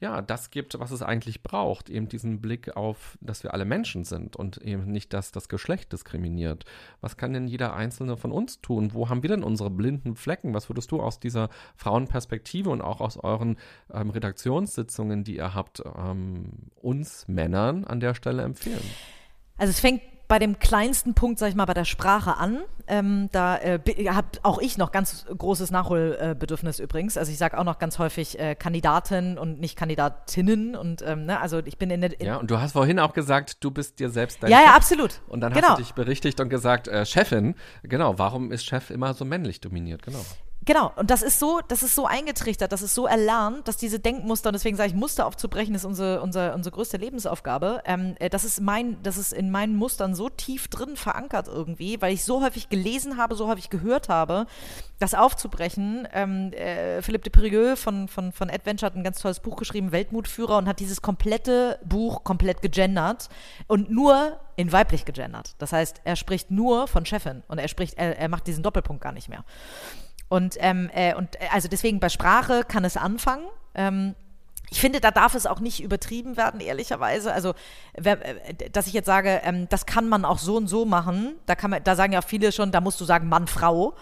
ja, das gibt, was es eigentlich braucht, eben diesen Blick auf, dass wir alle Menschen sind und eben nicht, dass das Geschlecht diskriminiert. Was kann denn jeder Einzelne von uns tun? Wo haben wir denn unsere blinden Flecken? Was würdest du aus dieser Frauenperspektive und auch aus euren ähm, Redaktionssitzungen, die ihr habt, ähm, uns Männern an der Stelle empfehlen? Also es fängt bei dem kleinsten Punkt, sag ich mal, bei der Sprache an. Ähm, da äh, habe auch ich noch ganz großes Nachholbedürfnis äh, übrigens. Also ich sage auch noch ganz häufig äh, Kandidatin und nicht Kandidatinnen. Und ähm, ne, also ich bin in der... In ja, und du hast vorhin auch gesagt, du bist dir selbst dein Ja, Chef. ja, absolut. Und dann genau. hast du dich berichtigt und gesagt, äh, Chefin, genau, warum ist Chef immer so männlich dominiert? Genau. Genau, und das ist so, das ist so eingetrichtert, das ist so erlernt, dass diese Denkmuster, und deswegen sage ich, Muster aufzubrechen, ist unsere, unsere, unsere größte Lebensaufgabe. Ähm, das ist mein, das ist in meinen Mustern so tief drin verankert irgendwie, weil ich so häufig gelesen habe, so häufig gehört habe, das aufzubrechen. Ähm, äh, Philippe de Pirieux von, von, von Adventure hat ein ganz tolles Buch geschrieben, Weltmutführer, und hat dieses komplette Buch komplett gegendert und nur in weiblich gegendert. Das heißt, er spricht nur von Chefin und er spricht, er, er macht diesen Doppelpunkt gar nicht mehr. Und, ähm, äh, und also deswegen bei Sprache kann es anfangen. Ähm, ich finde, da darf es auch nicht übertrieben werden, ehrlicherweise. Also, wer, äh, dass ich jetzt sage, ähm, das kann man auch so und so machen, da, kann man, da sagen ja auch viele schon, da musst du sagen Mann, Frau.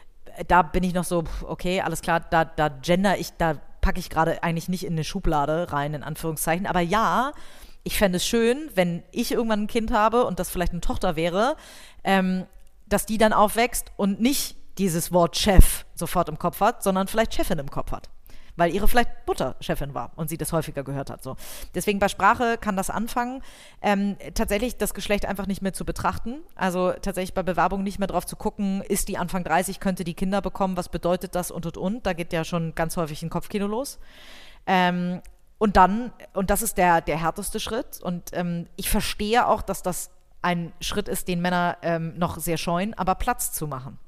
Da bin ich noch so, okay, alles klar, da, da gender ich, da packe ich gerade eigentlich nicht in eine Schublade rein, in Anführungszeichen. Aber ja, ich fände es schön, wenn ich irgendwann ein Kind habe und das vielleicht eine Tochter wäre, ähm, dass die dann aufwächst und nicht dieses Wort Chef sofort im Kopf hat, sondern vielleicht Chefin im Kopf hat, weil ihre vielleicht Mutter Chefin war und sie das häufiger gehört hat. So. Deswegen bei Sprache kann das anfangen, ähm, tatsächlich das Geschlecht einfach nicht mehr zu betrachten, also tatsächlich bei Bewerbungen nicht mehr drauf zu gucken, ist die Anfang dreißig, könnte die Kinder bekommen, was bedeutet das und und und, da geht ja schon ganz häufig ein Kopfkino los. Ähm, und dann, und das ist der, der härteste Schritt, und ähm, ich verstehe auch, dass das ein Schritt ist, den Männer ähm, noch sehr scheuen, aber Platz zu machen.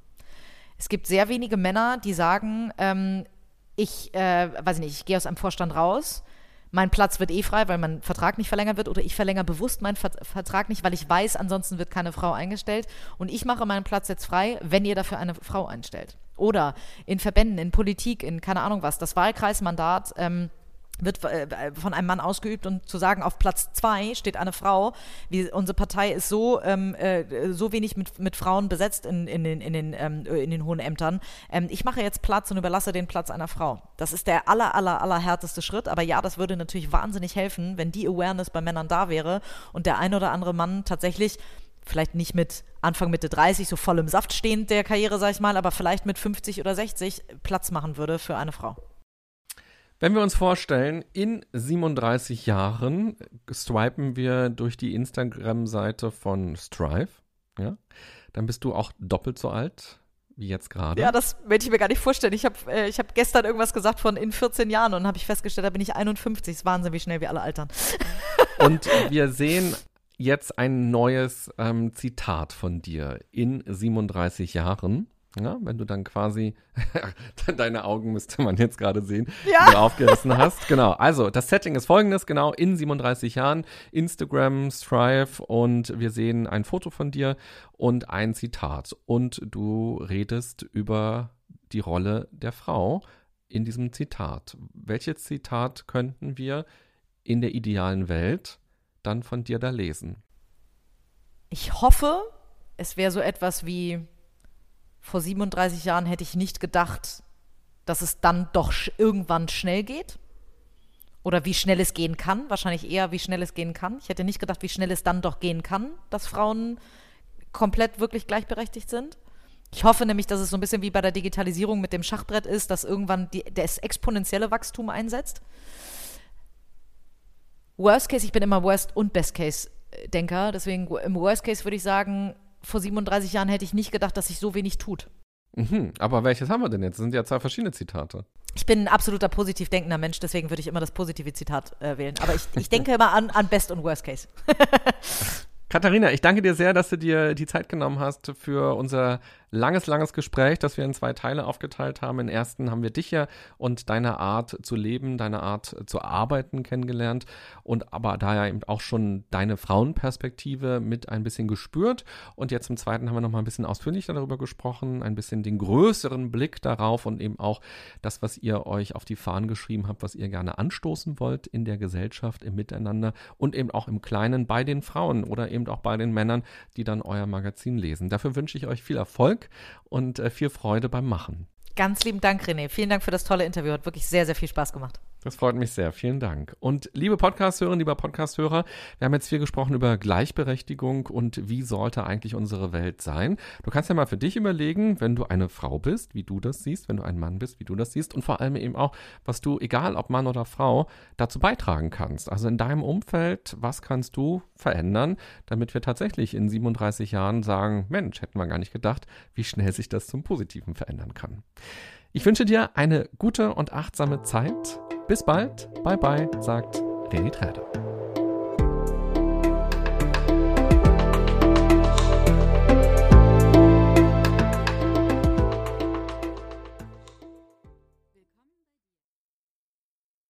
Es gibt sehr wenige Männer, die sagen, ähm, ich, äh, weiß ich nicht, ich gehe aus einem Vorstand raus, mein Platz wird eh frei, weil mein Vertrag nicht verlängert wird, oder ich verlängere bewusst meinen Ver- Vertrag nicht, weil ich weiß, ansonsten wird keine Frau eingestellt, und ich mache meinen Platz jetzt frei, wenn ihr dafür eine Frau einstellt. Oder in Verbänden, in Politik, in keine Ahnung was, das Wahlkreismandat ähm, wird äh, von einem Mann ausgeübt, und zu sagen, auf Platz zwei steht eine Frau, wie unsere Partei ist so ähm, äh, so wenig mit, mit Frauen besetzt in, in, den, in, den, ähm, in den hohen Ämtern. Ähm, ich mache jetzt Platz und überlasse den Platz einer Frau. Das ist der aller, aller, aller härteste Schritt, aber ja, das würde natürlich wahnsinnig helfen, wenn die Awareness bei Männern da wäre und der ein oder andere Mann tatsächlich vielleicht nicht mit Anfang, Mitte dreißig, so voll im Saft stehend der Karriere, sag ich mal, aber vielleicht mit fünfzig oder sechzig Platz machen würde für eine Frau. Wenn wir uns vorstellen, in siebenunddreißig Jahren swipen wir durch die Instagram-Seite von Strive, ja, dann bist du auch doppelt so alt wie jetzt gerade. Ja, das möchte ich mir gar nicht vorstellen. Ich habe äh, ich hab gestern irgendwas gesagt von in vierzehn Jahren, und habe ich festgestellt, da bin ich einundfünfzig. Das ist Wahnsinn, wie schnell wir alle altern. Und wir sehen jetzt ein neues ähm, Zitat von dir in siebenunddreißig Jahren. Ja, wenn du dann quasi, deine Augen müsste man jetzt gerade sehen, ja. die du aufgerissen hast. Genau, also das Setting ist folgendes, genau, in siebenunddreißig Jahren, Instagram, Strive, und wir sehen ein Foto von dir und ein Zitat. Und du redest über die Rolle der Frau in diesem Zitat. Welches Zitat könnten wir in der idealen Welt dann von dir da lesen? Ich hoffe, es wäre so etwas wie: Vor siebenunddreißig Jahren hätte ich nicht gedacht, dass es dann doch sch- irgendwann schnell geht. Oder wie schnell es gehen kann. Wahrscheinlich eher, wie schnell es gehen kann. Ich hätte nicht gedacht, wie schnell es dann doch gehen kann, dass Frauen komplett wirklich gleichberechtigt sind. Ich hoffe nämlich, dass es so ein bisschen wie bei der Digitalisierung mit dem Schachbrett ist, dass irgendwann die, das exponentielle Wachstum einsetzt. Worst Case, ich bin immer Worst- und Best-Case-Denker. Deswegen im Worst Case würde ich sagen, vor siebenunddreißig Jahren hätte ich nicht gedacht, dass sich so wenig tut. Mhm, aber welches haben wir denn jetzt? Das sind ja zwei verschiedene Zitate. Ich bin ein absoluter positiv denkender Mensch, deswegen würde ich immer das positive Zitat äh, wählen. Aber ich, ich denke immer an, an Best und Worst Case. Katharina, ich danke dir sehr, dass du dir die Zeit genommen hast für unser langes, langes Gespräch, das wir in zwei Teile aufgeteilt haben. Im ersten haben wir dich ja und deine Art zu leben, deine Art zu arbeiten kennengelernt und aber da ja eben auch schon deine Frauenperspektive mit ein bisschen gespürt. Und jetzt im zweiten haben wir noch mal ein bisschen ausführlicher darüber gesprochen, ein bisschen den größeren Blick darauf und eben auch das, was ihr euch auf die Fahnen geschrieben habt, was ihr gerne anstoßen wollt in der Gesellschaft, im Miteinander und eben auch im Kleinen bei den Frauen oder eben auch bei den Männern, die dann euer Magazin lesen. Dafür wünsche ich euch viel Erfolg und äh, viel Freude beim Machen. Ganz lieben Dank, René. Vielen Dank für das tolle Interview. Hat wirklich sehr, sehr viel Spaß gemacht. Das freut mich sehr. Vielen Dank. Und liebe Podcast-Hörerinnen, lieber Podcast-Hörer, wir haben jetzt viel gesprochen über Gleichberechtigung und wie sollte eigentlich unsere Welt sein. Du kannst ja mal für dich überlegen, wenn du eine Frau bist, wie du das siehst, wenn du ein Mann bist, wie du das siehst und vor allem eben auch, was du, egal ob Mann oder Frau, dazu beitragen kannst. Also in deinem Umfeld, was kannst du verändern, damit wir tatsächlich in siebenunddreißig Jahren sagen, Mensch, hätten wir gar nicht gedacht, wie schnell sich das zum Positiven verändern kann. Ich wünsche dir eine gute und achtsame Zeit. Bis bald. Bye bye, sagt René Träder.